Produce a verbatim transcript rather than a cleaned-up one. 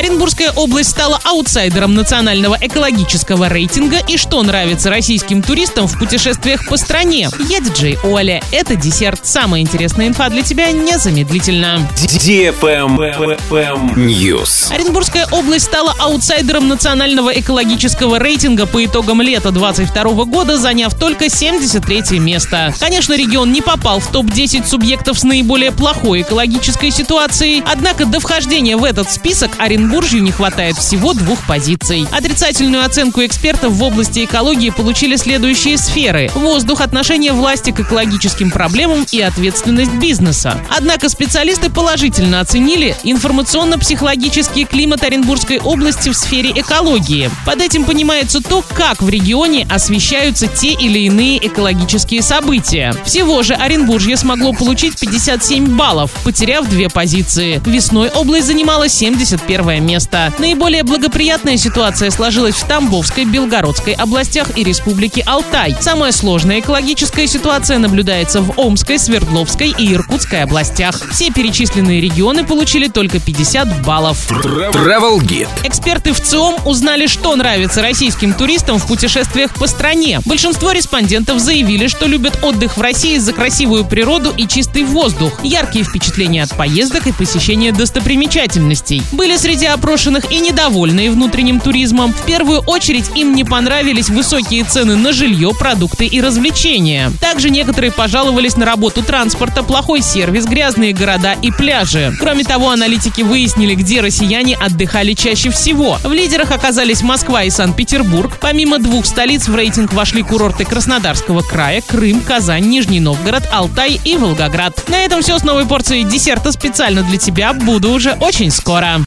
Оренбургская область стала аутсайдером национального экологического рейтинга. И что нравится российским туристам в путешествиях по стране? Я диджей Оля. Это десерт. Самая интересная инфа для тебя незамедлительно. News. Оренбургская область стала аутсайдером национального экологического рейтинга по итогам лета двадцать второго года, заняв только семьдесят третье место. Конечно, регион не попал в топ десять субъектов с наиболее плохой экологической ситуацией, однако до вхождения в этот список Оренбуржью не хватает всего двух позиций. Отрицательную оценку экспертов в области экологии получили следующие сферы: воздух, отношение власти к экологическим проблемам и ответственность бизнеса. Однако специалисты положительно оценили информационно-психологический климат Оренбургской области в сфере экологии. Под этим понимается то, как в регионе освещаются те или иные экологические события. Всего же Оренбуржье смогло получить пятьдесят семь баллов, потеряв две позиции. Весной область занимала семьдесят первое место. Наиболее благоприятная ситуация сложилась в Тамбовской, Белгородской областях и Республике Алтай. Самая сложная экологическая ситуация наблюдается в Омской, Свердловской и Иркутской областях. Все перечисленные регионы получили только пятьдесят баллов. Travel Guide. Эксперты в ЦИОМ узнали, что нравится российским туристам в путешествиях по стране. Большинство респондентов заявили, что любят отдых в России за красивую природу и чистый воздух, яркие впечатления от поездок и посещения достопримечательностей. Были среди опрошенных и недовольные внутренним туризмом. В первую очередь им не понравились высокие цены на жилье, продукты и развлечения. Также некоторые пожаловались на работу транспорта, плохой сервис, грязные города и пляжи. Кроме того, аналитики выяснили, где россияне отдыхали чаще всего. В лидерах оказались Москва и Санкт-Петербург. Помимо двух столиц в рейтинг вошли курорты Краснодарского края, Крым, Казань, Нижний Новгород, Алтай и Волгоград. На этом все с новой порцией десерта специально для тебя. Буду уже очень скоро.